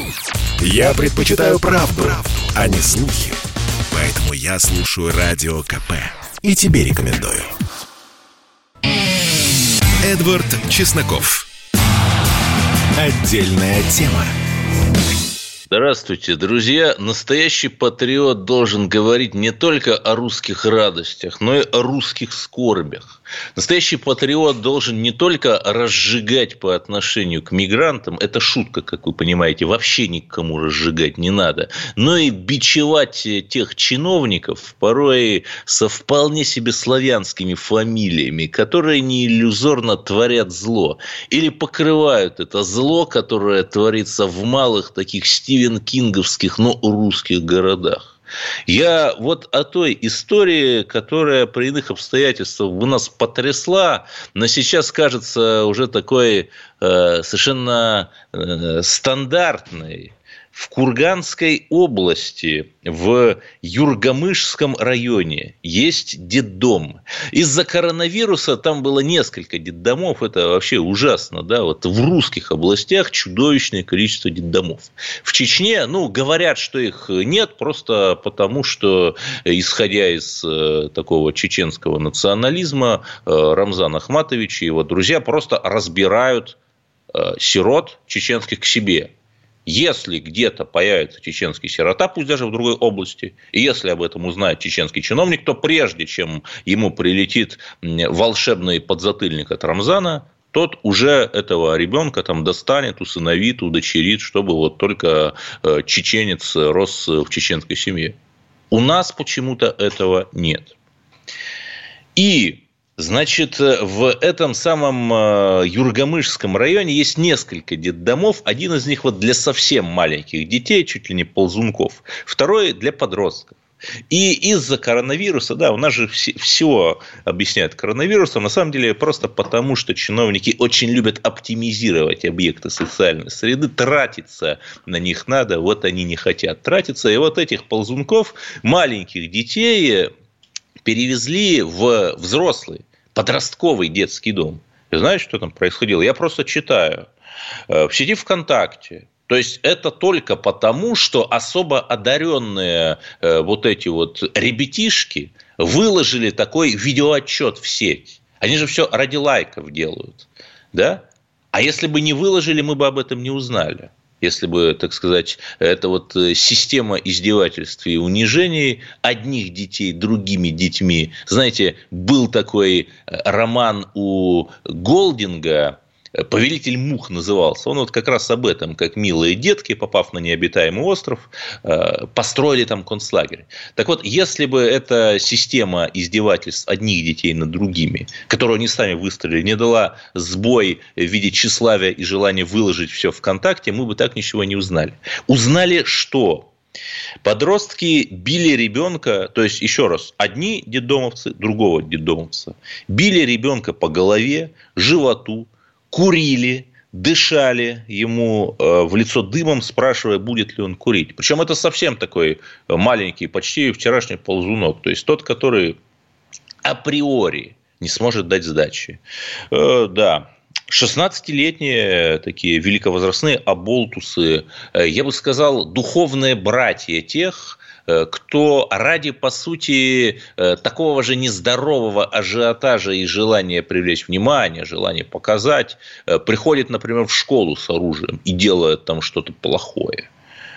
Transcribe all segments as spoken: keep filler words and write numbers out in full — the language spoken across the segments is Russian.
Я предпочитаю правду, правду, а не слухи. Поэтому я слушаю Радио КП. И тебе рекомендую. Эдвард Чесноков. Отдельная тема. Здравствуйте, друзья. Настоящий патриот должен говорить не только о русских радостях, но и о русских скорбях. Настоящий патриот должен не только разжигать по отношению к мигрантам, это шутка, как вы понимаете, вообще никому разжигать не надо, но и бичевать тех чиновников, порой со вполне себе славянскими фамилиями, которые не иллюзорно творят зло или покрывают это зло, которое творится в малых таких Стивен Кинговских, но русских городах. Я вот о той истории, которая при иных обстоятельствах у нас потрясла, но сейчас кажется уже такой э, совершенно э, стандартной. В Курганской области, в Юргамышском районе есть детдом. Из-за коронавируса там было несколько детдомов. Это вообще ужасно. Да? Вот в русских областях чудовищное количество детдомов. В Чечне, ну, говорят, что их нет, просто потому, что, исходя из э, такого чеченского национализма, э, Рамзан Ахматович и его друзья просто разбирают э, сирот чеченских к себе. Если где-то появится чеченский сирота, пусть даже в другой области, и если об этом узнает чеченский чиновник, то прежде чем ему прилетит волшебный подзатыльник от Рамзана, тот уже этого ребенка там достанет, усыновит, удочерит, чтобы вот только чеченец рос в чеченской семье. У нас почему-то этого нет. И значит, в этом самом Юргамышском районе есть несколько детдомов. Один из них вот для совсем маленьких детей, чуть ли не ползунков. Второй для подростков. И из-за коронавируса, да, у нас же все, все объясняют коронавирусом, на самом деле просто потому, что чиновники очень любят оптимизировать объекты социальной среды, тратиться на них надо, вот они не хотят тратиться. И вот этих ползунков, маленьких детей, перевезли в взрослый подростковый детский дом. И знаете, что там происходило? Я просто читаю. В сети ВКонтакте. То есть, это только потому, что особо одаренные вот эти вот ребятишки выложили такой видеоотчет в сеть. Они же все ради лайков делают. Да? А если бы не выложили, мы бы об этом не узнали. Если бы, так сказать, это вот система издевательств и унижений одних детей другими детьми. Знаете, был такой роман у Голдинга, «Повелитель мух» назывался. Он вот как раз об этом, как милые детки, попав на необитаемый остров, построили там концлагерь. Так вот, если бы эта система издевательств одних детей над другими, которую они сами выстроили, не дала сбой в виде тщеславия и желания выложить все ВКонтакте, мы бы так ничего не узнали. Узнали, что подростки били ребенка, то есть, еще раз, одни детдомовцы, другого детдомовца, били ребенка по голове, животу, курили, дышали ему в лицо дымом, спрашивая, будет ли он курить. Причем это совсем такой маленький, почти вчерашний ползунок. То есть, тот, который априори не сможет дать сдачи. Э, да. шестнадцатилетние такие великовозрастные оболтусы, я бы сказал, духовные братья тех, кто ради, по сути, такого же нездорового ажиотажа и желания привлечь внимание, желания показать, приходит, например, в школу с оружием и делает там что-то плохое.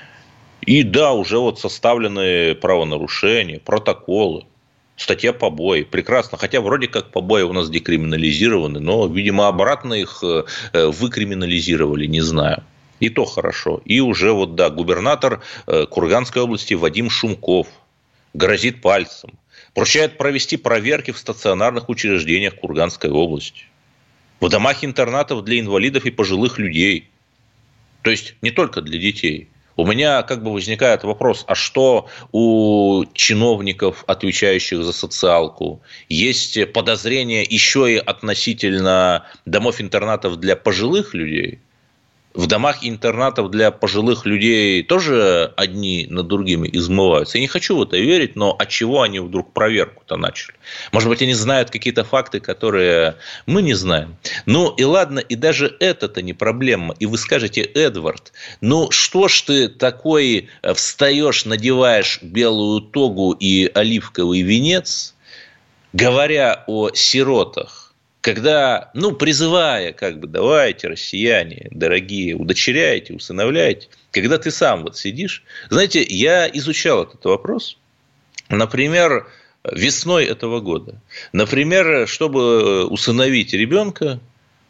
И да, уже вот составлены правонарушения, протоколы, статья побои. Прекрасно. Хотя вроде как побои у нас декриминализированы, но, видимо, обратно их выкриминализировали, не знаю. И то хорошо. И уже вот, да, губернатор Курганской области Вадим Шумков грозит пальцем. Поручает провести проверки в стационарных учреждениях Курганской области. В домах интернатов для инвалидов и пожилых людей. То есть, не только для детей. У меня как бы возникает вопрос, а что у чиновников, отвечающих за социалку, есть подозрения еще и относительно домов-интернатов для пожилых людей? в домах-интернатах для пожилых людей тоже одни над другими измываются. Я не хочу в это верить, но от чего они вдруг проверку-то начали? Может быть, они знают какие-то факты, которые мы не знаем. Ну и ладно, и даже это-то не проблема. И вы скажете: Эдвард, ну что ж ты такой встаешь, надеваешь белую тогу и оливковый венец, говоря о сиротах, когда, ну, призывая, как бы, давайте, россияне, дорогие, удочеряйте, усыновляйте, когда ты сам вот сидишь. Знаете, я изучал этот вопрос, например, весной этого года. Например, чтобы усыновить ребенка,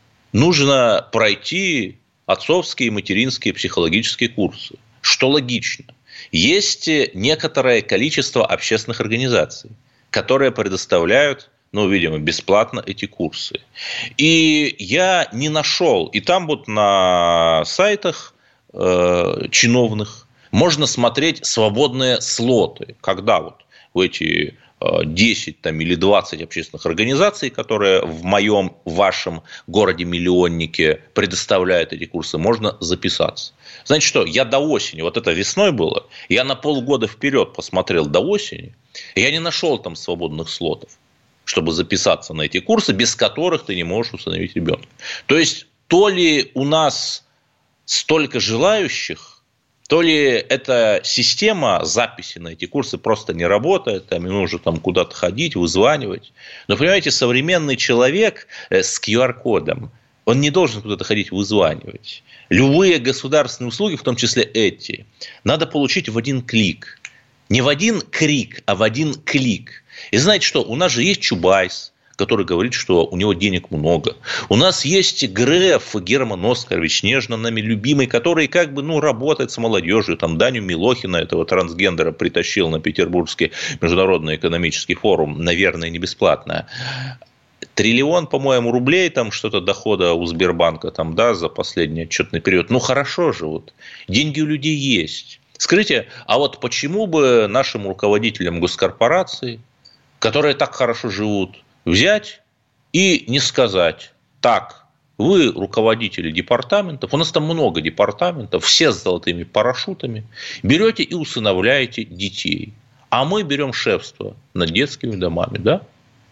нужно пройти отцовские, материнские, психологические курсы, что логично. Есть некоторое количество общественных организаций, которые предоставляют, ну, видимо, бесплатно эти курсы. И я не нашел, и там вот на сайтах э, чиновных можно смотреть свободные слоты, когда вот в эти десять там, или двадцать общественных организаций, которые в моем, вашем городе-миллионнике предоставляют эти курсы, можно записаться. Знаете что, я до осени, вот это весной было, я на полгода вперед посмотрел до осени, и я не нашел там свободных слотов, чтобы записаться на эти курсы, без которых ты не можешь усыновить ребенка. То есть, то ли у нас столько желающих, то ли эта система записи на эти курсы просто не работает, там нужно там куда-то ходить, вызванивать. Но, понимаете, современный человек с ку ар кодом, он не должен куда-то ходить вызванивать. Любые государственные услуги, в том числе эти, надо получить в один клик. Не в один крик, а в один клик. И знаете что, у нас же есть Чубайс, который говорит, что у него денег много. У нас есть Греф, Герман Оскарович, нежно нами любимый, который как бы, ну, работает с молодежью. Там Даню Милохина, этого трансгендера, притащил на Петербургский международный экономический форум, наверное, не бесплатно. Триллион, по-моему, рублей, там что-то дохода у Сбербанка, там, да, за последний отчетный период. Ну, хорошо же, вот, деньги у людей есть. Скажите, а вот почему бы нашим руководителям госкорпораций, которые так хорошо живут, взять и не сказать: так, вы руководители департаментов, у нас там много департаментов, все с золотыми парашютами, берете и усыновляете детей, а мы берем шефство над детскими домами, да?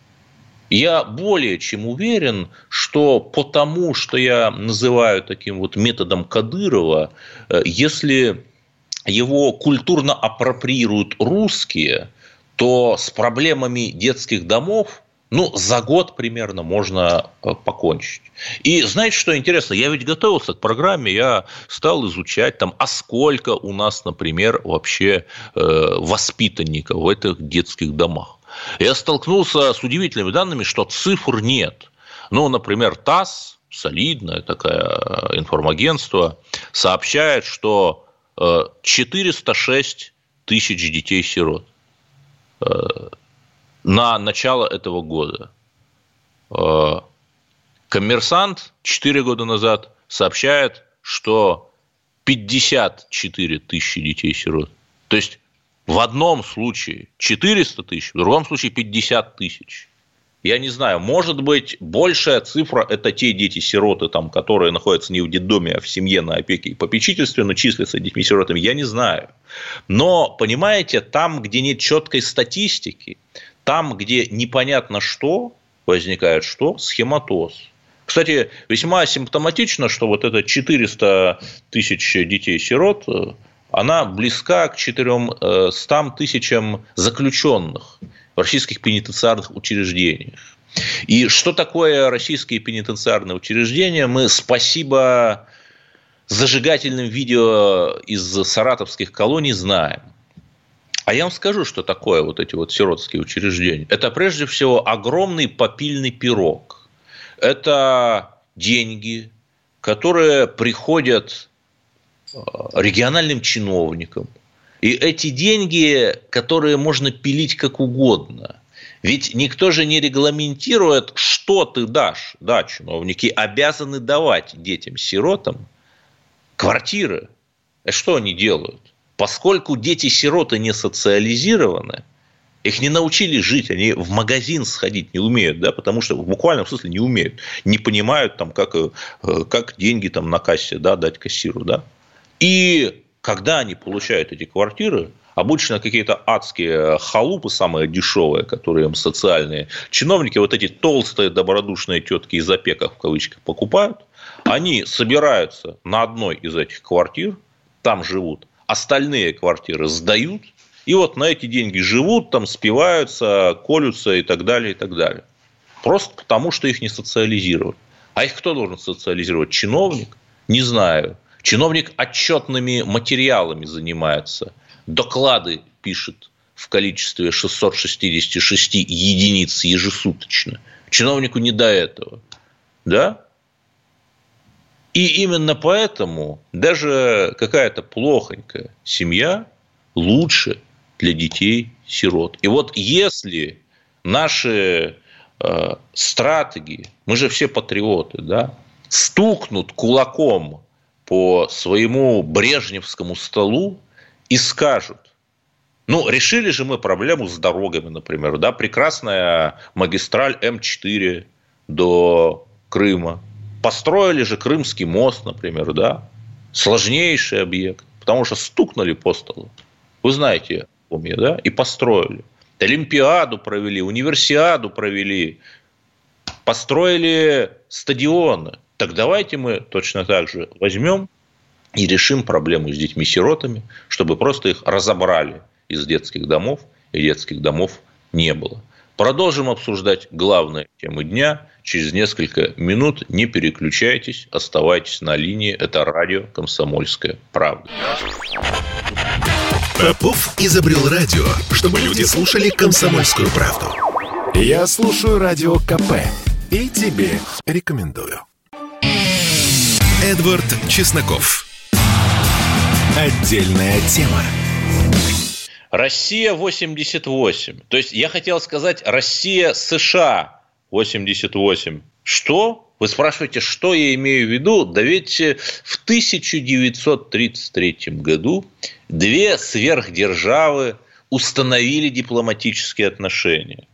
Я более чем уверен, что потому, что я называю таким вот методом Кадырова, если его культурно апроприируют русские, то с проблемами детских домов, ну, за год примерно можно покончить. И знаете, что интересно? Я ведь готовился к программе, я стал изучать, там, а сколько у нас, например, вообще э, воспитанников в этих детских домах. Я столкнулся с удивительными данными, что цифр нет. Ну, например, ТАСС, солидное такое информагентство, сообщает, что четыреста шесть тысяч детей-сирот на начало этого года. Коммерсант четыре года назад сообщает, что пятьдесят четыре тысячи детей-сирот. То есть, в одном случае четыреста тысяч, в другом случае пятьдесят тысяч. Я не знаю, может быть, большая цифра – это те дети-сироты, там, которые находятся не в детдоме, а в семье на опеке и попечительстве, но числятся детьми-сиротами, я не знаю. Но, понимаете, там, где нет четкой статистики, там, где непонятно что, возникает что? Схематоз. Кстати, весьма симптоматично, что вот это четыреста тысяч детей-сирот, она близка к четырёмстам тысячам заключенных в российских пенитенциарных учреждениях. И что такое российские пенитенциарные учреждения, мы, спасибо зажигательным видео из саратовских колоний, знаем. А я вам скажу, что такое вот эти вот сиротские учреждения. Это прежде всего огромный попильный пирог. Это деньги, которые приходят региональным чиновникам. И эти деньги, которые можно пилить как угодно. Ведь никто же не регламентирует, что ты дашь. Да, чиновники обязаны давать детям-сиротам квартиры. И что они делают? Поскольку дети-сироты не социализированы, Их не научили жить, они в магазин сходить не умеют, да, потому что в буквальном смысле не умеют, не понимают, там, как, как деньги там, на кассе, да, дать кассиру. Да. И когда они получают эти квартиры, обычно какие-то адские халупы, самые дешевые, которые им социальные чиновники, вот эти толстые добродушные тетки из опеков, в кавычках, покупают, они собираются на одной из этих квартир, там живут, остальные квартиры сдают, и вот на эти деньги живут, там спиваются, колются и так далее, и так далее. Просто потому, что их не социализировали. А их кто должен социализировать? Чиновник? Не знаю. Чиновник отчетными материалами занимается, доклады пишет в количестве шестьсот шестьдесят шесть единиц ежесуточно. Чиновнику не до этого. Да? И именно поэтому даже какая-то плохонькая семья лучше для детей-сирот. И вот если наши э, стратеги, мы же все патриоты, да, стукнут кулаком по своему брежневскому столу и скажут, ну, решили же мы проблему с дорогами, например, да, прекрасная магистраль эм четыре до Крыма, построили же Крымский мост, например, да, сложнейший объект, потому что стукнули по столу, вы знаете, помню, да, и построили. Олимпиаду провели, универсиаду провели, построили стадионы. Так давайте мы точно так же возьмем и решим проблему с детьми-сиротами, чтобы просто их разобрали из детских домов, и детских домов не было. Продолжим обсуждать главные темы дня через несколько минут. Не переключайтесь, оставайтесь на линии. Это радио «Комсомольская правда». Попов изобрел радио, чтобы люди слушали «Комсомольскую правду». Я слушаю радио ка пэ и тебе рекомендую. Эдвард Чесноков. Отдельная тема. Россия восемьдесят восемь. То есть я хотел сказать Россия США восемьдесят восемь. Что? Вы спрашиваете, что я имею в виду? Да ведь в тысяча девятьсот тридцать третьем году две сверхдержавы установили дипломатические отношения.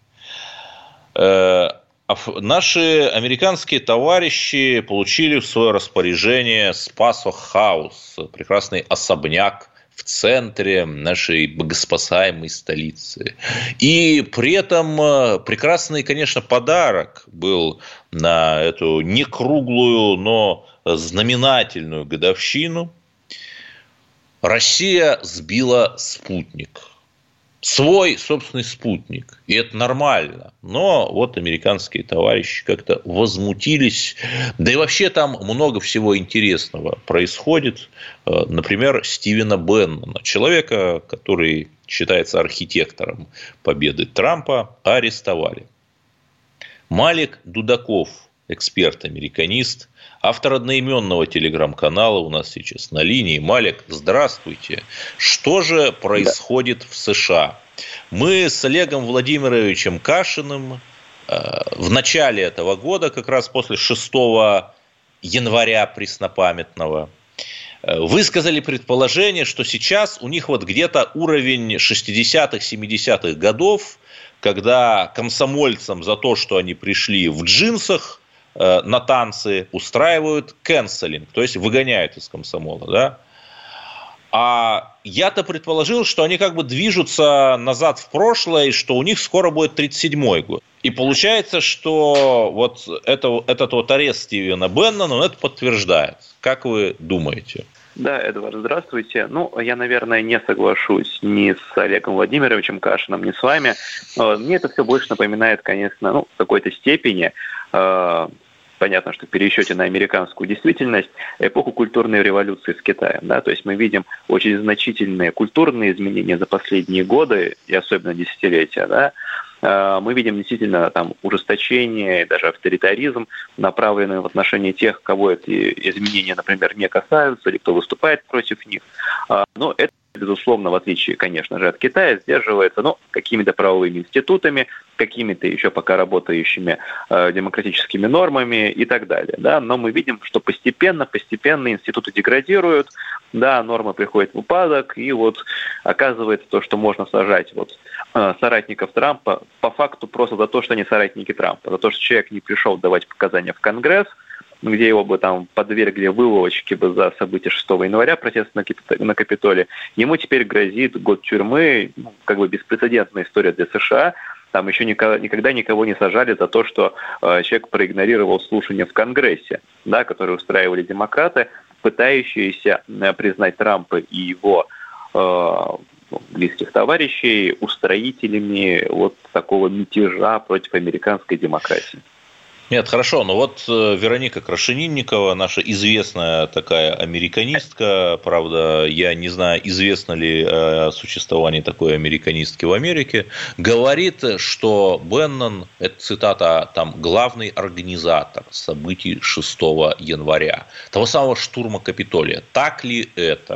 Наши американские товарищи получили в свое распоряжение Спасо-хаус, прекрасный особняк в центре нашей богоспасаемой столицы. И при этом прекрасный, конечно, подарок был на эту не круглую, но знаменательную годовщину. Россия сбила спутник. Свой собственный спутник. И это нормально. Но вот американские товарищи как-то возмутились. Да и вообще там много всего интересного происходит. Например, Стивена Беннона, человека, который считается архитектором победы Трампа, арестовали. Малик Дудаков, эксперт-американист, автор одноименного телеграм-канала у нас сейчас на линии. Малик, здравствуйте. Что же происходит да. в США? Мы с Олегом Владимировичем Кашиным э, в начале этого года, как раз после шестого января преснопамятного, э, высказали предположение, что сейчас у них вот где-то уровень шестидесятых-семидесятых годов, когда комсомольцам за то, что они пришли в джинсах на танцы, устраивают канцелинг, то есть выгоняют из комсомола, да. А я-то предположил, что они как бы движутся назад в прошлое, и что у них скоро будет тридцать седьмой год. И получается, что вот это, этот вот арест Стивена Беннона, он это подтверждает. Как вы думаете? Да, Эдвард, здравствуйте. Ну, я, наверное, не соглашусь ни с Олегом Владимировичем Кашиным, ни с вами. Мне это все больше напоминает, конечно, ну, в какой-то степени, понятно, что в пересчете на американскую действительность, эпоху культурной революции с Китаем. Да? То есть мы видим очень значительные культурные изменения за последние годы, и особенно десятилетия. Да? Мы видим действительно там ужесточение, даже авторитаризм, направленный в отношении тех, кого эти изменения, например, не касаются, или кто выступает против них. Но это безусловно, в отличие, конечно же, от Китая, сдерживается, ну, какими-то правовыми институтами, какими-то еще пока работающими э, демократическими нормами и так далее, да, но мы видим, что постепенно, постепенно институты деградируют, да, нормы приходят в упадок, и вот оказывается то, что можно сажать вот э, соратников Трампа по факту просто за то, что они соратники Трампа, за то, что человек не пришел давать показания в Конгресс, где его бы там подвергли выловочке бы за события шестого января, протест на, на Капитолии, ему теперь грозит год тюрьмы, ну, как бы беспрецедентная история для США. Там еще никогда, никогда никого не сажали за то, что э, человек проигнорировал слушания в Конгрессе, да, которые устраивали демократы, пытающиеся э, признать Трампа и его э, близких товарищей устроителями вот такого мятежа против американской демократии. Нет, хорошо, но вот Вероника Крашенинникова, наша известная такая американистка, правда, я не знаю, известно ли о существовании такой американистки в Америке, говорит, что Беннон, это цитата, там, главный организатор событий шестого января, того самого штурма Капитолия. Так ли это?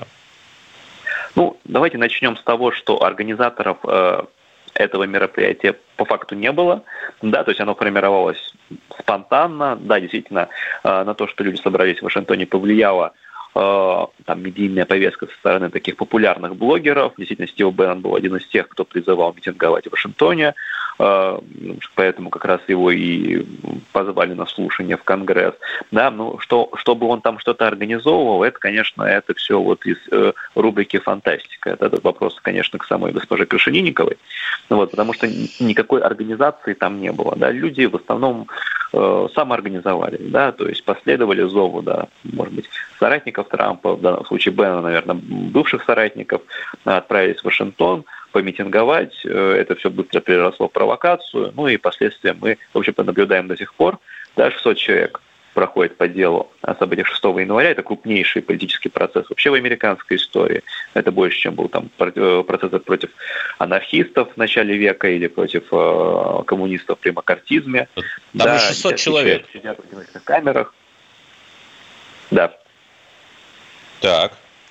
Ну, давайте начнем с того, что организаторов э, этого мероприятия по факту не было, да, то есть оно формировалось спонтанно, да, действительно, э, на то, что люди собрались в Вашингтоне, повлияла э, там медийная повестка со стороны таких популярных блогеров. Действительно, Стив Беннон был один из тех, кто призывал митинговать в Вашингтоне, э, поэтому как раз его и позвали на слушание в Конгресс. Да, ну, что, чтобы он там что-то организовывал, это, конечно, это все вот из э, рубрики «Фантастика». Это этот вопрос, конечно, к самой госпоже Крашенинниковой, ну, вот, потому что никакой организации там не было. Да. Люди в основном э, самоорганизовали, да, то есть последовали зову, да, может быть, соратников Трампа, в данном случае Беннона, наверное, бывших соратников, отправились в Вашингтон помитинговать. Это все быстро переросло в провокацию, ну и последствия мы, в общем-то, наблюдаем до сих пор. Да, шестьсот человек проходит по делу о событиях шестого января. Это крупнейший политический процесс вообще в американской истории. Это больше, чем был там процесс против анархистов в начале века или против э, коммунистов при маккартизме. Там да, шестьсот человек. Сидят в одиночных камерах. Да. Так.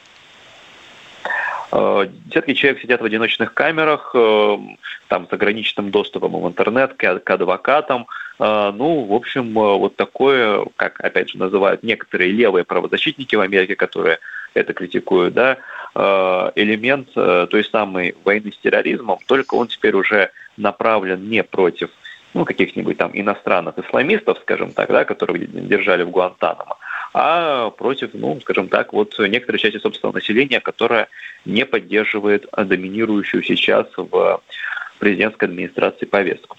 Десятки человек сидят в одиночных камерах, там, с ограниченным доступом в интернет, к, к адвокатам. Ну, в общем, вот такое, как, опять же, называют некоторые левые правозащитники в Америке, которые это критикуют, да, элемент той самой войны с терроризмом, только он теперь уже направлен не против, ну, каких-нибудь там иностранных исламистов, скажем так, да, которых держали в Гуантанамо, а против, ну, скажем так, вот некоторой части собственного населения, которая не поддерживает доминирующую сейчас в президентской администрации повестку.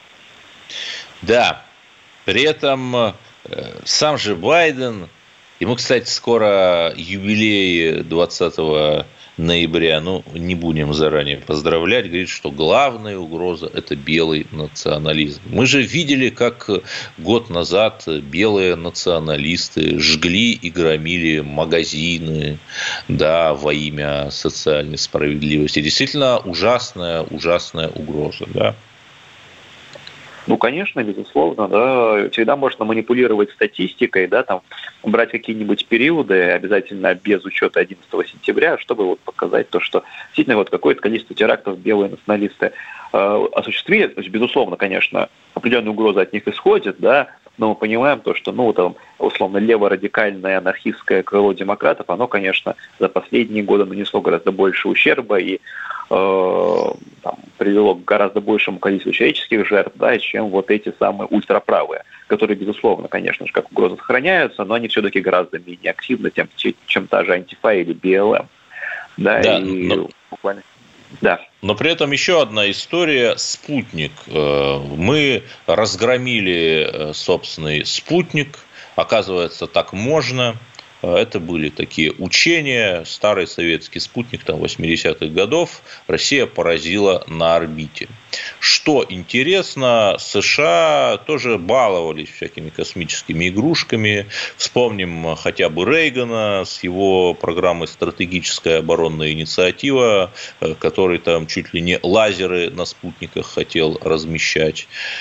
Да, при этом э, сам же Байден, ему, кстати, скоро юбилей двадцатого ноября, ну, не будем заранее поздравлять, говорит, что главная угроза – это белый национализм. Мы же видели, как год назад белые националисты жгли и громили магазины, да, во имя социальной справедливости. Действительно ужасная, ужасная угроза, да. Ну, конечно, безусловно, да, всегда можно манипулировать статистикой, да, там, брать какие-нибудь периоды, обязательно без учета одиннадцатого сентября, чтобы вот показать то, что действительно вот какое-то количество терактов белые националисты э, осуществили. То есть, безусловно, конечно, определенная угроза от них исходит, да, но мы понимаем то, что, ну, там, условно, леворадикальное анархистское крыло демократов, оно, конечно, за последние годы нанесло гораздо больше ущерба и э, там, привело к гораздо большему количеству человеческих жертв, да, чем вот эти самые ультраправые, которые, безусловно, конечно же, как угроза сохраняются, но они все-таки гораздо менее активны, чем, чем та же Антифа или Би Эл Эм. Да, да, и но... буквально... Да. Но при этом еще одна история – «Спутник». Мы разгромили собственный «Спутник». Оказывается, так можно. Это были такие учения. Старый советский спутник там, восьмидесятых годов Россия поразила на орбите. Что интересно, США тоже баловались всякими космическими игрушками. Вспомним хотя бы Рейгана с его программой «Стратегическая оборонная инициатива», который там чуть ли не лазеры на спутниках хотел размещать.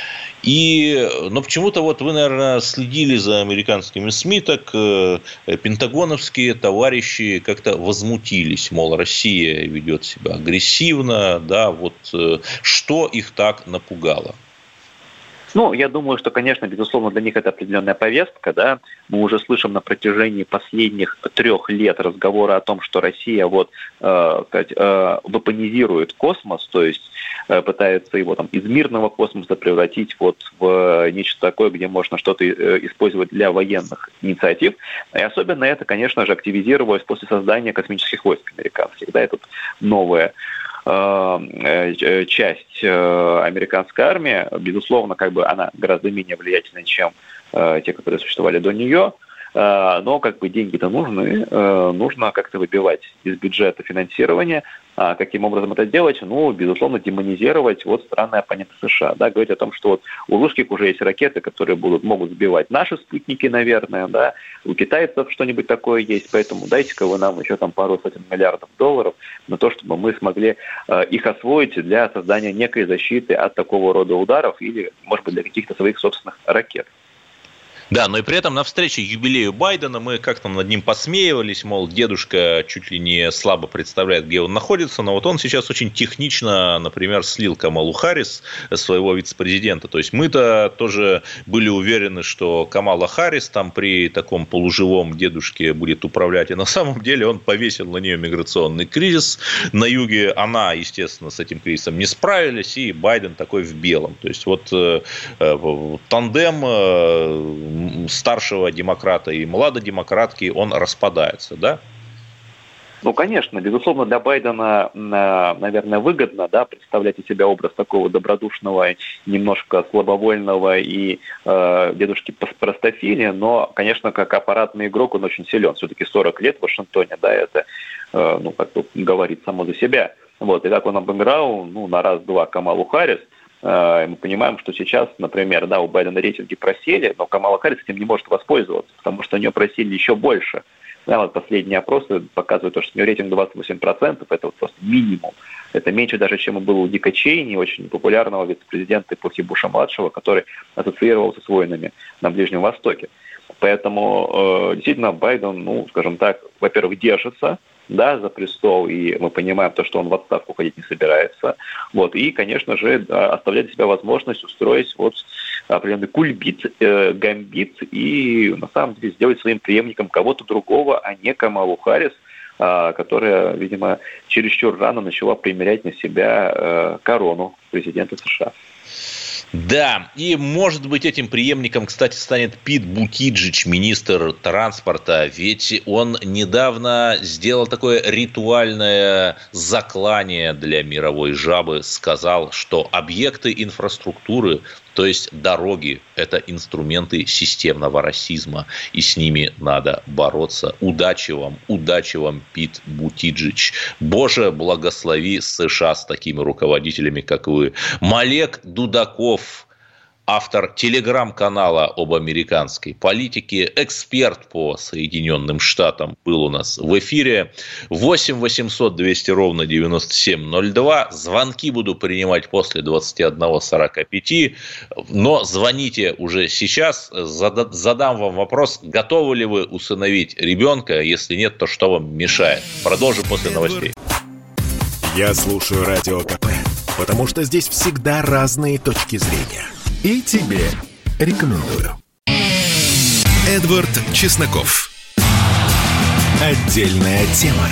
И, но почему-то вот вы, наверное, следили за американскими СМИ, так э, пентагоновские товарищи как-то возмутились, мол, Россия ведет себя агрессивно, да, вот э, что их так напугало? Ну, я думаю, что, конечно, безусловно, для них это определенная повестка, да. Мы уже слышим на протяжении последних трех лет разговора о том, что Россия вот, э, сказать, э, вепонизирует космос, то есть э, пытается его там из мирного космоса превратить вот в нечто такое, где можно что-то э, использовать для военных инициатив. И особенно это, конечно же, активизировалось после создания космических войск американских, да, это новое. Часть американской армии, безусловно, как бы она гораздо менее влиятельна, чем те, которые существовали до нее, но как бы деньги-то нужны, нужно как-то выбивать из бюджета финансирование. А каким образом это делать? Ну, безусловно, демонизировать вот страны оппоненты США. Да, говорить о том, что вот у русских уже есть ракеты, которые будут, могут сбивать наши спутники, наверное, да, у китайцев что-нибудь такое есть, поэтому дайте-ка вы нам еще там пару сотен миллиардов долларов на то, чтобы мы смогли э, их освоить для создания некой защиты от такого рода ударов или, может быть, для каких-то своих собственных ракет. Да, но и при этом на встрече юбилею Байдена мы как-то над ним посмеивались, мол, дедушка чуть ли не слабо представляет, где он находится, но вот он сейчас очень технично, например, слил Камалу Харрис, своего вице-президента. То есть мы-то тоже были уверены, что Камала Харрис там при таком полуживом дедушке будет управлять, и на самом деле он повесил на нее миграционный кризис на юге. Она, естественно, с этим кризисом не справились, и Байден такой в белом. То есть вот э, э, тандем э, старшего демократа и младодемократки, он распадается, да? Ну, конечно, безусловно, для Байдена, наверное, выгодно, да, представлять из себя образ такого добродушного, немножко слабовольного и э, дедушки-простофиля, но, конечно, как аппаратный игрок он очень силен. Все-таки сорок лет в Вашингтоне, да, это, э, ну, как бы говорит само за себя. Вот, и как он обыграл, ну, на раз-два Камалу Харрис, мы понимаем, что сейчас, например, да, у Байдена рейтинги просели, но Камала Харрис этим не может воспользоваться, потому что у нее просели еще больше. Да, вот последние опросы показывают, что у нее рейтинг двадцать восемь процентов, это вот просто минимум. Это меньше даже, чем было у Дика Чейни, очень популярного вице-президента эпохи Буша-младшего, который ассоциировался с войнами на Ближнем Востоке. Поэтому э, действительно Байден, ну, скажем так, во-первых, держится, да, за престол, и мы понимаем то, что он в отставку ходить не собирается. Вот, и, конечно же, да, оставляет для себя возможность устроить вот определенный кульбит, э, гамбит, и на самом деле сделать своим преемником кого-то другого, а не Камалу Харрис, э, которая, видимо, чересчур рано начала примерять на себя э, корону президента США. Да, и, может быть, этим преемником, кстати, станет Пит Бутиджич, министр транспорта, ведь он недавно сделал такое ритуальное заклание для мировой жабы, сказал, что объекты инфраструктуры, то есть дороги, это инструменты системного расизма, и с ними надо бороться. Удачи вам, удачи вам, Пит Бутиджич. Боже, благослови США с такими руководителями, как вы. Малек Дудаков, автор телеграм-канала об американской политике, эксперт по Соединенным Штатам, был у нас в эфире. восемь восемьсот двести ровно девяносто семь ноль два. Звонки буду принимать после двадцати одного сорока пяти. Но звоните уже сейчас. Задам вам вопрос, готовы ли вы усыновить ребенка? Если нет, то что вам мешает? Продолжим после новостей. Я слушаю Радио КП, потому что здесь всегда разные точки зрения. И тебе рекомендую. Эдвард Чесноков. Отдельная тема.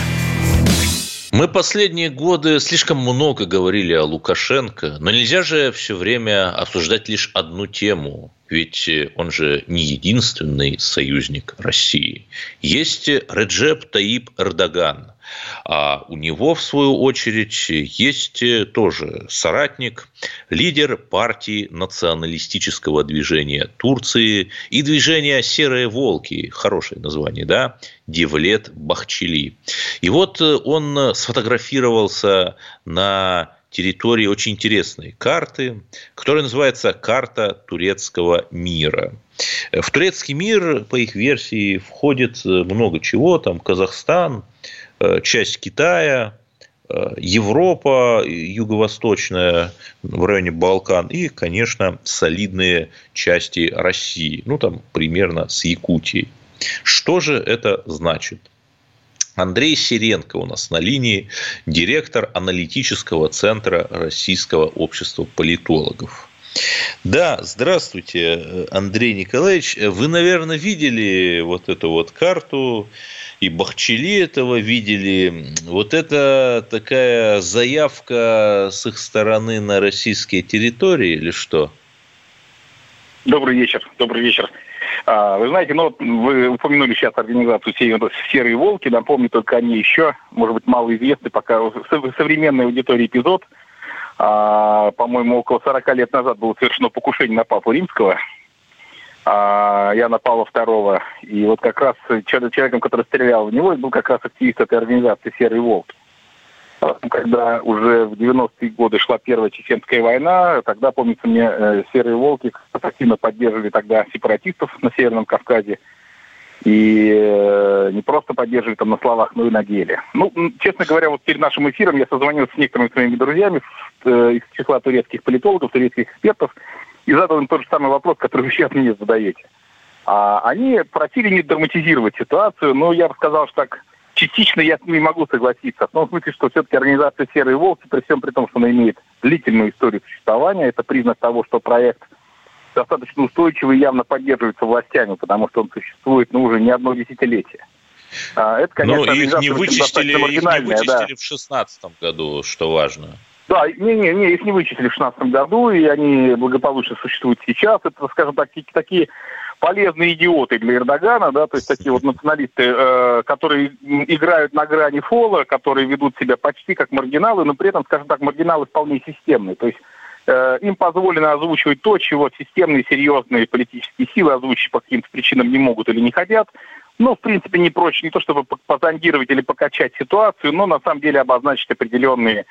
Мы последние годы слишком много говорили о Лукашенко, но нельзя же все время обсуждать лишь одну тему, ведь он же не единственный союзник России. Есть Реджеп Таип Эрдоган, а у него, в свою очередь, есть тоже соратник, лидер партии националистического движения Турции и движения «Серые волки», хорошее название, да, Девлет Бахчели. И вот он сфотографировался на территории очень интересной карты, которая называется «Карта турецкого мира». В турецкий мир, по их версии, входит много чего, там Казахстан, часть Китая, Европа, юго-восточная, в районе Балкан и, конечно, солидные части России, ну, там, примерно с Якутией. Что же это значит? Андрей Сиренко у нас на линии, директор аналитического центра Российского общества политологов. Да, здравствуйте, Андрей Николаевич. Вы, наверное, видели вот эту вот карту, и Бахчели этого видели. Вот это такая заявка с их стороны на российские территории или что? Добрый вечер, добрый вечер. Вы знаете, ну, вы упомянули сейчас организацию «Серые волки». Напомню только о ней еще, может быть, малоизвестный пока в современной аудитории эпизод. По-моему, около сорок лет назад было совершено покушение на папу Римского. Иоанна Павла второго. И вот как раз человеком, который стрелял в него, был как раз активист этой организации «Серые волки». Когда уже в девяностые годы шла Первая Чеченская война, тогда, помнится мне, «Серые волки» активно поддерживали тогда сепаратистов на Северном Кавказе. И не просто поддерживали там на словах, но и на деле. Ну, честно говоря, вот перед нашим эфиром я созвонился с некоторыми своими друзьями из числа турецких политологов, турецких экспертов, и задал им тот же самый вопрос, который вы сейчас мне задаете. А они просили не драматизировать ситуацию, но я бы сказал, что так частично я с ними могу согласиться. В том смысле, что все-таки организация «Серые волки», при всем при том, что она имеет длительную историю существования, это признак того, что проект достаточно устойчивый и явно поддерживается властями, потому что он существует, ну, уже не одно десятилетие. А, это, конечно, ну, их не вычистили, их не вычистили да. в шестнадцатом году, что важно. Да, не-не, не, их не вычислили в шестнадцатом году, и они благополучно существуют сейчас. Это, скажем так, такие полезные идиоты для Эрдогана, да, то есть такие вот националисты, э, которые играют на грани фола, которые ведут себя почти как маргиналы, но при этом, скажем так, маргиналы вполне системные. То есть э, им позволено озвучивать то, чего системные, серьезные политические силы озвучить по каким-то причинам не могут или не хотят. Ну, в принципе, не проще, не то чтобы позондировать или покачать ситуацию, но на самом деле обозначить определенные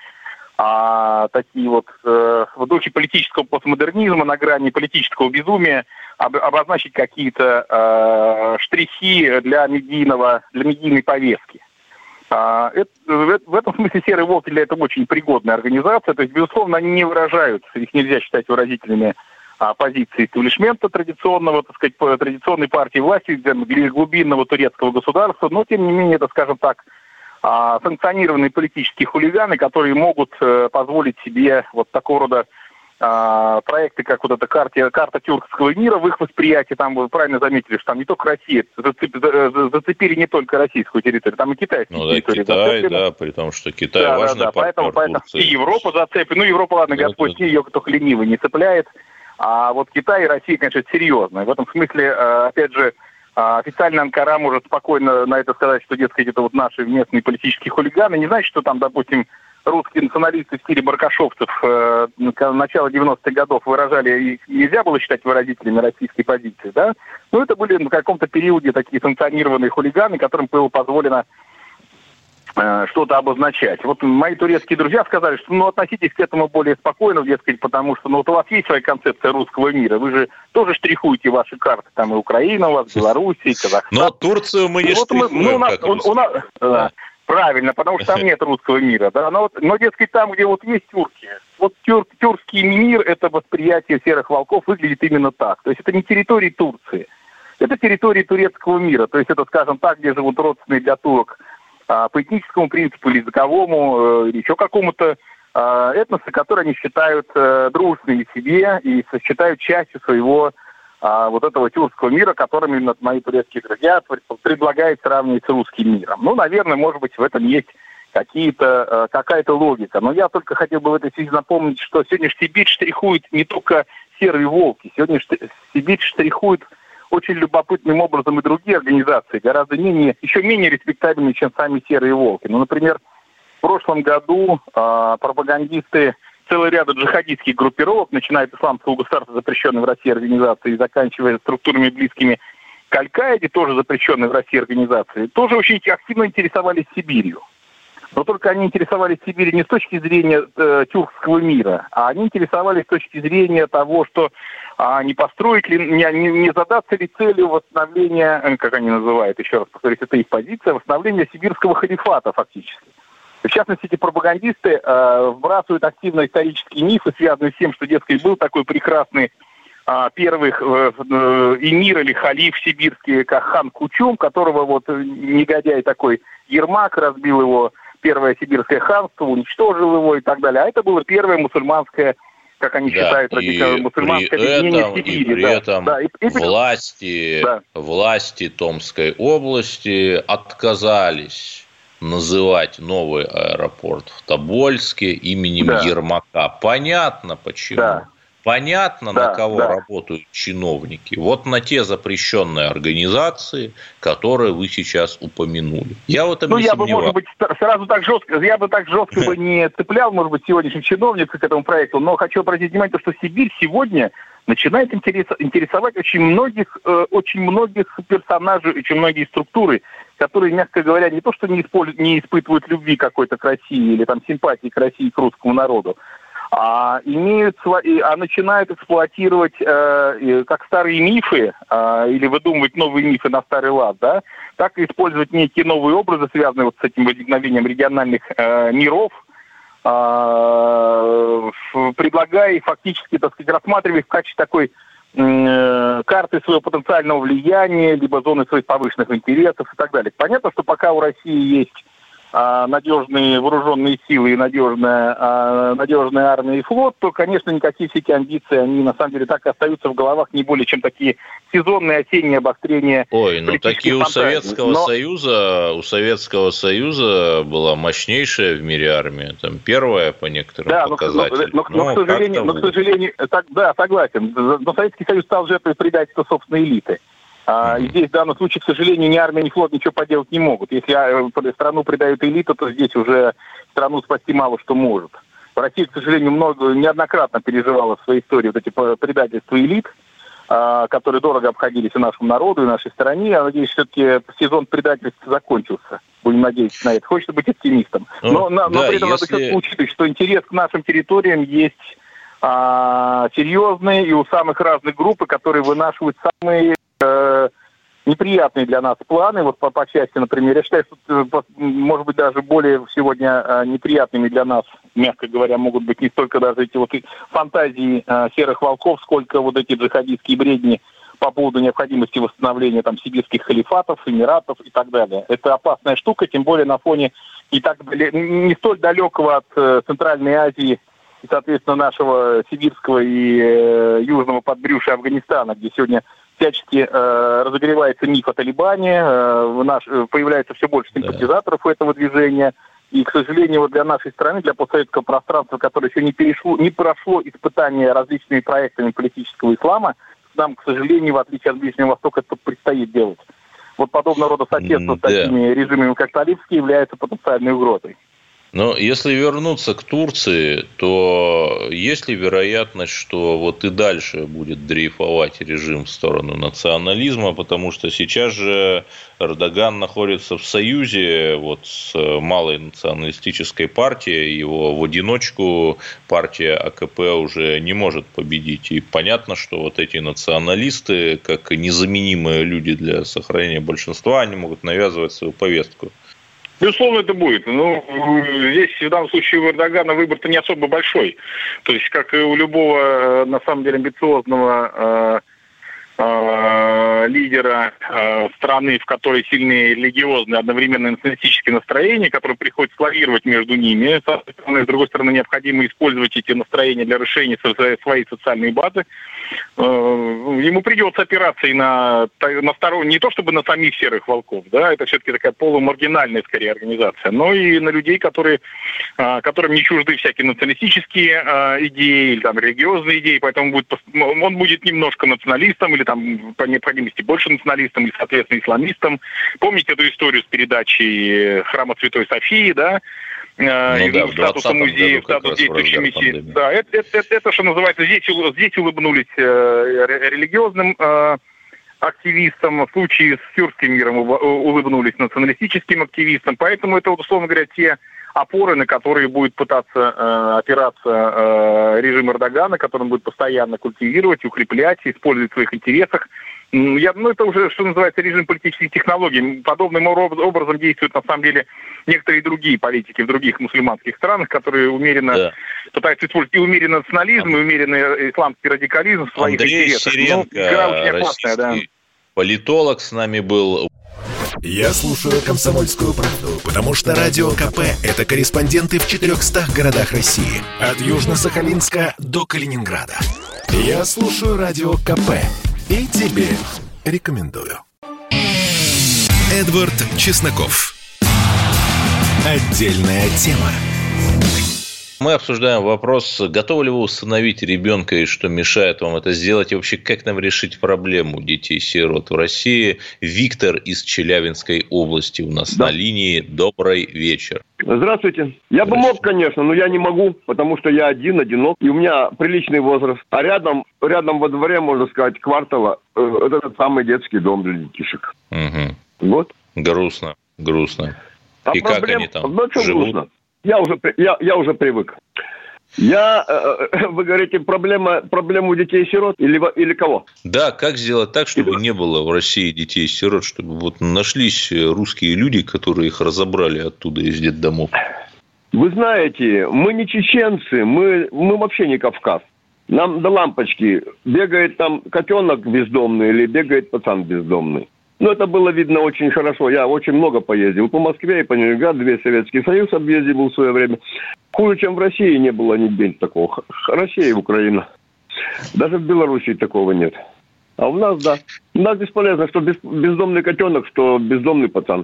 А такие вот э, в духе политического постмодернизма на грани политического безумия об, обозначить какие-то э, штрихи для медийного, для медийной повестки. А, это, в, в этом смысле «Серые волки» для этого очень пригодная организация. То есть, безусловно, они не выражают, их нельзя считать выразителями а, позиции истеблишмента традиционного, так сказать, традиционной партии власти, глубинного турецкого государства, но, тем не менее, это, скажем так, санкционированные политические хулиганы, которые могут э, позволить себе вот такого рода э, проекты, как вот эта карта, карта тюркского мира в их восприятии. Там вы правильно заметили, что там не только Россия, зацеп, за, зацепили не только российскую территорию, там и китайскую ну, территорию. Да, Китай, зацеплена. да, при том, что Китай да, важный да, да, партнер поэтому, поэтому Турции. И Европа зацеплена. Ну, Европа, ладно, да, Господь с ней, ее только ленивый не цепляет. А вот Китай и Россия, конечно, серьезно. В этом смысле, э, опять же, официально Анкара может спокойно на это сказать, что, дескать, это вот наши местные политические хулиганы. Не значит, что там, допустим, русские националисты в стиле баркашовцев э, начала девяностых годов выражали, их нельзя было считать выразителями российской позиции, да? Но это были на каком-то периоде такие санкционированные хулиганы, которым было позволено э, что-то обозначать. Вот мои турецкие друзья сказали, что ну относитесь к этому более спокойно, дескать, потому что ну вот у вас есть своя концепция русского мира, вы же тоже штрихуете ваши карты, там и Украина у вас, Белоруссия, Казахстан. Но Турцию мы не вот штрихуем, мы, ну, у нас, как у, у нас, да. Правильно, потому что там нет русского мира, да, но, вот, но, дескать, там, где вот есть тюрки, вот тюр, тюркский мир, это восприятие серых волков выглядит именно так, то есть это не территория Турции, это территория турецкого мира, то есть это, скажем так, где живут родственные для турок а, по этническому принципу или языковому, или еще какому-то а, этносы, которые они считают а, дружественными себе и считают частью своего а, вот этого тюркского мира, которым именно мои турецкие друзья предлагают сравнивать с русским миром. Ну, наверное, может быть, в этом есть какие-то, какая-то логика. Но я только хотел бы в этой связи напомнить, что сегодня Сибирь штрихует не только «Серые волки», сегодня Сибирь штрихует очень любопытным образом и другие организации, гораздо менее, еще менее респектабельные, чем сами «Серые волки». Ну, например, в прошлом году э, пропагандисты целый ряд джихадистских группировок, начиная от Исламского государства, запрещенной в России организации, и заканчивая структурами близкими к Аль-Каиде, тоже запрещенной в России организации, тоже очень активно интересовались Сибирью. Но только они интересовались Сибирью не с точки зрения э, тюркского мира, а они интересовались с точки зрения того, что а, не построить ли, не, не, не задаться ли целью восстановления, как они называют, еще раз повторюсь, это их позиция, восстановления сибирского халифата фактически. В частности, эти пропагандисты э, вбрасывают активно исторические мифы, связанные с тем, что, дескать, был такой прекрасный э, первый э, э, эмир или халиф сибирский, как хан Кучум, которого вот негодяй такой Ермак разбил его первое сибирское ханство, уничтожил его и так далее. А это было первое мусульманское, как они да, считают, радикальное мусульманское объединение в Сибири. И при да, этом да, и, и, власти, да. власти Томской области отказались называть новый аэропорт в Тобольске именем да. Ермака. Понятно почему. Да. Понятно, да, на кого да. работают чиновники. Вот на те запрещенные организации, которые вы сейчас упомянули. Я в этом ну, не я сомневаюсь. Бы, может быть, сразу так жестко, я бы так жестко бы не цеплял, может быть, сегодняшних чиновников к этому проекту, но хочу обратить внимание, что Сибирь сегодня начинает интересовать очень многих, очень многих персонажей, очень многие структуры, которые, мягко говоря, не то что не, используют, не испытывают любви какой-то к России или там симпатии к России, к русскому народу, а имеют а начинают эксплуатировать э, как старые мифы э, или выдумывать новые мифы на старый лад, да, так и использовать некие новые образы, связанные вот с этим возникновением региональных э, миров, э, предлагая и фактически, так сказать, рассматривая их в качестве такой э, карты своего потенциального влияния, либо зоны своих повышенных интересов и так далее. Понятно, что пока у России есть надежные вооруженные силы и надежная, надежная армия и флот, то, конечно, никакие все эти амбиции, они на самом деле так и остаются в головах не более чем такие сезонные осенние обострения. Ой, ну такие у Советского Но... Союза, у Советского Союза была мощнейшая в мире армия, там первая по некоторым да, показателям. Но, но, но, но, к сожалению, но, к сожалению, так, да, согласен, но Советский Союз стал жертвой предательства собственной элиты. И здесь в данном случае, к сожалению, ни армия, ни флот ничего поделать не могут. Если страну предают элиту, то здесь уже страну спасти мало что может. Россия, к сожалению, много, неоднократно переживала в своей истории вот эти предательства элит, которые дорого обходились и нашему народу, и нашей стране. Я надеюсь, все-таки сезон предательств закончился. Будем надеяться на это. Хочется быть оптимистом. Но, но, да, но при этом если... надо все-таки учитывать, что интерес к нашим территориям есть а, серьезный, и у самых разных групп, которые вынашивают самые неприятные для нас планы, вот по, по части, например, я считаю, что, может быть, даже более сегодня неприятными для нас, мягко говоря, могут быть не столько даже эти вот фантазии серых волков, сколько вот эти джихадистские бредни по поводу необходимости восстановления там сибирских халифатов, эмиратов и так далее. Это опасная штука, тем более на фоне и так не столь далекого от Центральной Азии и, соответственно, нашего сибирского и э, южного подбрюшья Афганистана, где сегодня всячески э, разогревается миф о Талибане, э, наш, э, появляется все больше симпатизаторов да. этого движения. И, к сожалению, вот для нашей страны, для постсоветского пространства, которое еще не перешло, не прошло испытания различными проектами политического ислама, нам, к сожалению, в отличие от Ближнего Востока, это предстоит делать. Вот подобного рода соседство да. с такими режимами, как талибский, является потенциальной угрозой. Но если вернуться к Турции, то есть ли вероятность, что вот и дальше будет дрейфовать режим в сторону национализма, потому что сейчас же Эрдоган находится в союзе вот с малой националистической партией, его в одиночку партия АКП уже не может победить. И понятно, что вот эти националисты, как незаменимые люди для сохранения большинства, они могут навязывать свою повестку. Безусловно, это будет. Но здесь, в данном случае, у Эрдогана выбор-то не особо большой. То есть, как и у любого, на самом деле, амбициозного э, э, лидера э, страны, в которой сильные религиозные, одновременно националистические настроения, которые приходится лавировать между ними. С одной стороны, с другой стороны, необходимо использовать эти настроения для расширения своей социальной базы. Ему придется опираться и на, на сторон, не то чтобы на самих серых волков, да, это все-таки такая полумаргинальная скорее организация, но и на людей, которые, которым не чужды всякие националистические идеи или там религиозные идеи, поэтому будет, он будет немножко националистом или там по необходимости больше националистом или, соответственно, исламистом. Помните эту историю с передачей храма Святой Софии, да? Ну, да, в статуса музея, в статус действующей миссии. Да, это, это, это, это, что называется, здесь, здесь улыбнулись э, религиозным э, активистам, в случае с сюрским миром улыбнулись националистическим активистам, поэтому это, условно говоря, те опоры, на которые будет пытаться э, опираться э, режим Эрдогана, который он будет постоянно культивировать, укреплять, использовать в своих интересах. Я, ну, это уже, что называется, режим политических технологий. Подобным образом действуют, на самом деле, некоторые другие политики в других мусульманских странах, которые умеренно да. пытаются использовать и умеренный национализм, и умеренный исламский радикализм в своих Андрей интересах. Сиренко, ну, игра очень опасная, да. Политолог с нами был. Я слушаю «Комсомольскую правду», потому что Радио КП – это корреспонденты в четырехстах городах России. От Южно-Сахалинска до Калининграда. Я слушаю Радио КП и тебе рекомендую. Эдвард Чесноков. Отдельная тема. Мы обсуждаем вопрос, готовы ли вы усыновить ребенка и что мешает вам это сделать, и вообще как нам решить проблему детей-сирот в России. Виктор из Челябинской области у нас да. на линии. Добрый вечер. Здравствуйте. Я бы мог, конечно, но я не могу, потому что я один, одинок, и у меня приличный возраст. А рядом, рядом во дворе, можно сказать, квартала, э, этот самый детский дом для детишек. Угу. Вот. Грустно, грустно. А и проблем... как они там ну, живут? Грустно? Я уже, я, я уже привык. Я, э, вы говорите, проблема, проблема у детей-сирот или, или кого? Да, как сделать так, чтобы не было в России детей-сирот, чтобы вот нашлись русские люди, которые их разобрали оттуда из детдомов? Вы знаете, мы не чеченцы, мы, мы вообще не Кавказ. Нам до лампочки, бегает там котенок бездомный или бегает пацан бездомный. Ну, это было видно очень хорошо. Я очень много поездил по Москве и по Ленинграду, весь Советский Союз объездил в свое время. Хуже, чем в России, не было нигде такого. Россия и Украина. Даже в Белоруссии такого нет. А у нас, да. У нас бесполезно, что бездомный котенок, что бездомный пацан.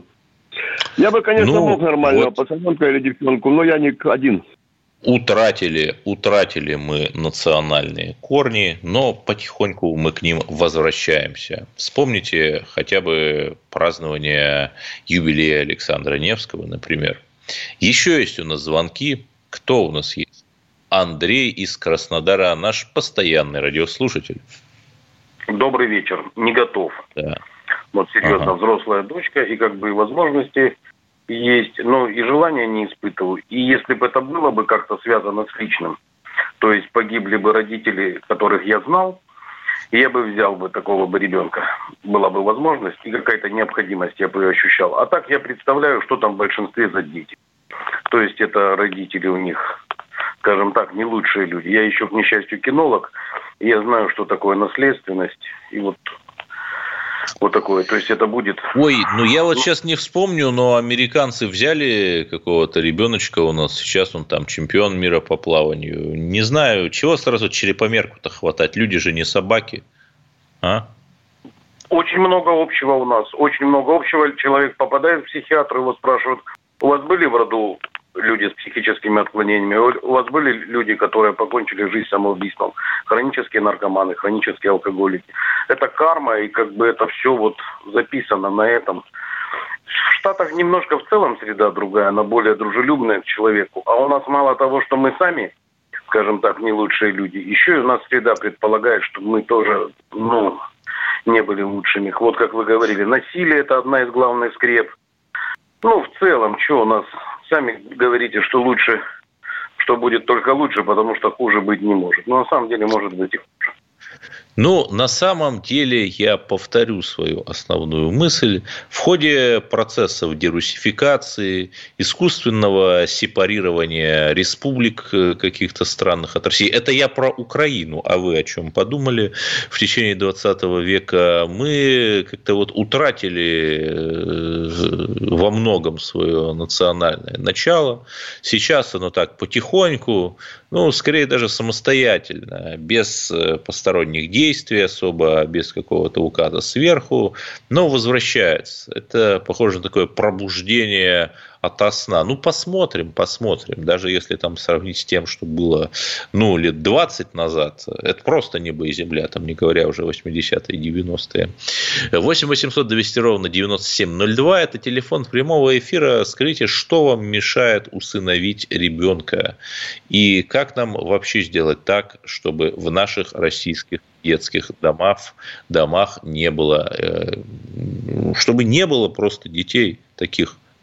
Я бы, конечно, ну, мог нормального вот... пацаненка или девчонку, но я не один. Утратили, утратили мы национальные корни, но потихоньку мы к ним возвращаемся. Вспомните хотя бы празднование юбилея Александра Невского, например. Еще есть у нас звонки. Кто у нас есть? Андрей из Краснодара, наш постоянный радиослушатель. Добрый вечер. Не готов. Да. Вот серьезно, ага. взрослая дочка, и как бы возможности есть, но и желания не испытываю. И если бы это было бы как-то связано с личным, то есть погибли бы родители, которых я знал, и я бы взял бы такого бы ребенка. Была бы возможность и какая-то необходимость, я бы ее ощущал. А так я представляю, что там в большинстве за дети. То есть это родители у них, скажем так, не лучшие люди. Я еще, к несчастью, кинолог, и я знаю, что такое наследственность, и вот... Вот такое, то есть это будет... Ой, ну я вот сейчас не вспомню, но американцы взяли какого-то ребеночка у нас, сейчас он там чемпион мира по плаванию. Не знаю, чего сразу черепомерку-то хватать, люди же не собаки, а? Очень много общего у нас, очень много общего. Человек попадает в психиатр, его спрашивают, у вас были в роду люди с психическими отклонениями, у вас были люди, которые покончили жизнь самоубийством, хронические наркоманы, хронические алкоголики. Это карма, и как бы это все вот записано на этом. В Штатах немножко в целом среда другая, она более дружелюбная к человеку. А у нас мало того, что мы сами, скажем так, не лучшие люди, еще и у нас среда предполагает, что мы тоже, ну, не были лучшими. Вот как вы говорили, насилие – это одна из главных скреп. Ну, в целом, что у нас... Сами говорите, что лучше, что будет только лучше, потому что хуже быть не может. Но на самом деле может быть и хуже. Ну, на самом деле, я повторю свою основную мысль. В ходе процессов дерусификации, искусственного сепарирования республик каких-то странных от России, это я про Украину, а вы о чем подумали? В течение двадцатого века мы как-то вот утратили во многом свое национальное начало. Сейчас оно так потихоньку, ну, скорее даже самостоятельно, без посторонних действий, действий особо, без какого-то указа сверху, но возвращается. Это похоже на такое пробуждение ото сна. Ну, посмотрим, посмотрим. Даже если там сравнить с тем, что было, ну, лет двадцать назад, это просто небо и земля, там, не говоря уже восьмидесятые, девяностые. восемь восемьсот двести ровно девяносто семь ноль два – это телефон прямого эфира. Скажите, что вам мешает усыновить ребенка? И как нам вообще сделать так, чтобы в наших российских детских домах, домах не было, чтобы не было просто детей таких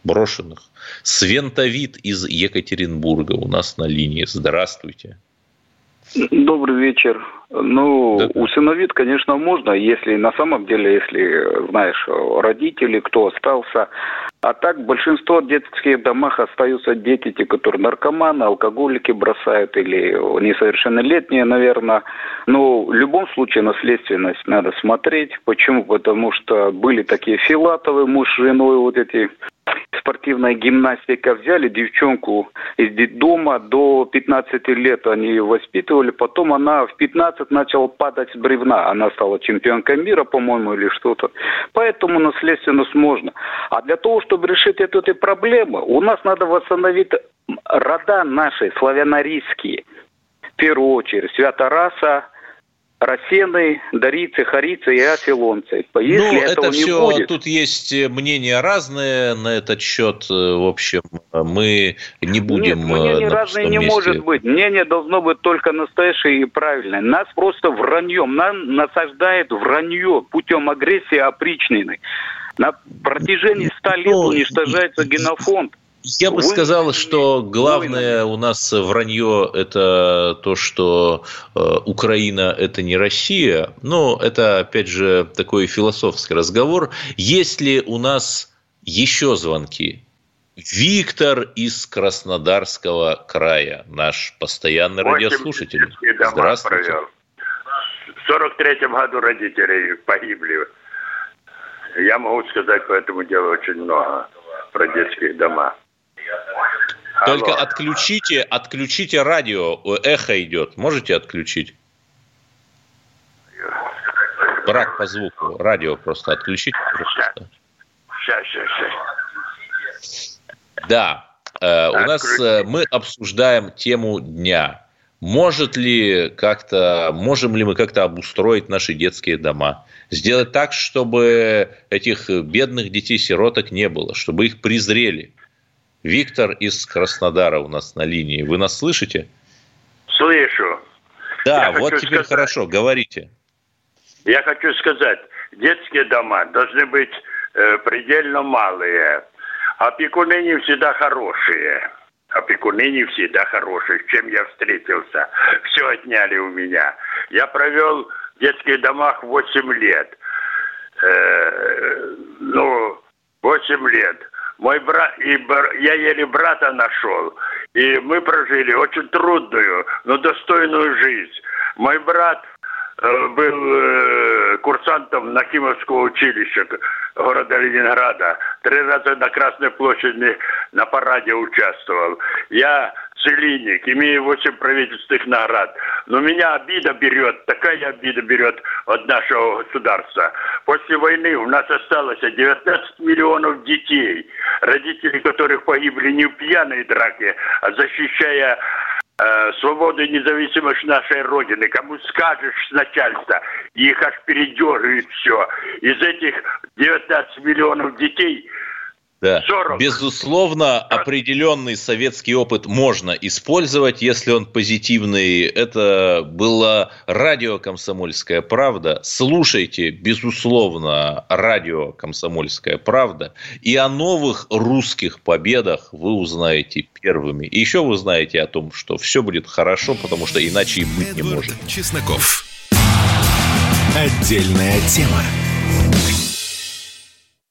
брошенных. Свентовит из Екатеринбурга у нас на линии. Здравствуйте. Добрый вечер. Ну, да. усыновить, конечно, можно, если на самом деле, если, знаешь, родители, кто остался. А так, в большинство детских домах остаются дети, те, которые наркоманы, алкоголики бросают, или несовершеннолетние, наверное. Но в любом случае наследственность надо смотреть. Почему? Потому что были такие Филатовы, муж с женой, вот эти... Спортивная гимнастика. Взяли девчонку из детдома, до пятнадцати лет они ее воспитывали, потом она в пятнадцать начала падать с бревна. Она стала чемпионкой мира, по-моему, или что-то. Поэтому наследственность можно. А для того, чтобы решить эту, эту проблему, у нас надо восстановить рода наши, славяно-арийские. В первую очередь, Свято-Раса, Рассены, Дарийцы, Харийцы и Афилонцы. Если ну, этого это не все, будет... тут есть мнения разные на этот счет. В общем, мы не будем... Нет, мнения разные не месте. Может быть. Мнение должно быть только настоящее и правильное. Нас просто враньем, нам насаждает вранье путем агрессии опричнины. На протяжении ста лет ну, уничтожается генофонд. Я бы Вы... сказал, что главное у нас вранье – это то, что э, Украина – это не Россия. Но это, опять же, такой философский разговор. Есть ли у нас еще звонки? Виктор из Краснодарского края, наш постоянный радиослушатель. Здравствуйте. В сорок третьем году родители погибли. Я могу сказать по этому делу очень много про детские дома. Только Алло. отключите, отключите радио, эхо идет. Можете отключить? Брак по звуку. Радио просто отключите, пожалуйста. Сейчас, сейчас, сейчас. Да, э, у нас э, мы обсуждаем тему дня. Может ли как-то, можем ли мы как-то обустроить наши детские дома? Сделать так, чтобы этих бедных детей-сироток не было, чтобы их презрели. Виктор из Краснодара у нас на линии. Вы нас слышите? Слышу. Да, Я вот теперь сказать, хорошо, говорите. Я хочу сказать, детские дома должны быть э, предельно малые. Опекуны не всегда хорошие. Опекуны не всегда хорошие. С чем я встретился? Все отняли у меня. Я провел в детских домах восемь лет. Э, ну, восемь лет. Мой брат, и бр... я еле брата нашел, и мы прожили очень трудную, но достойную жизнь. Мой брат э, был э, курсантом Нахимовского училища города Ленинграда. Три раза на Красной площади на параде участвовал. Я целинник, имею восемь правительственных наград. Но меня обида берет, такая обида берет от нашего государства. После войны у нас осталось девятнадцать миллионов детей, родители которых погибли не в пьяной драке, а защищая э, свободу и независимость нашей Родины. Кому скажешь с начальства, их аж передергивает все. Из этих девятнадцати миллионов детей... Да. Безусловно, определенный советский опыт можно использовать, если он позитивный. Это было радио «Комсомольская правда». Слушайте, безусловно, радио «Комсомольская правда». И о новых русских победах вы узнаете первыми. И еще вы узнаете о том, что все будет хорошо, потому что иначе и быть не может. Чесноков. Отдельная тема.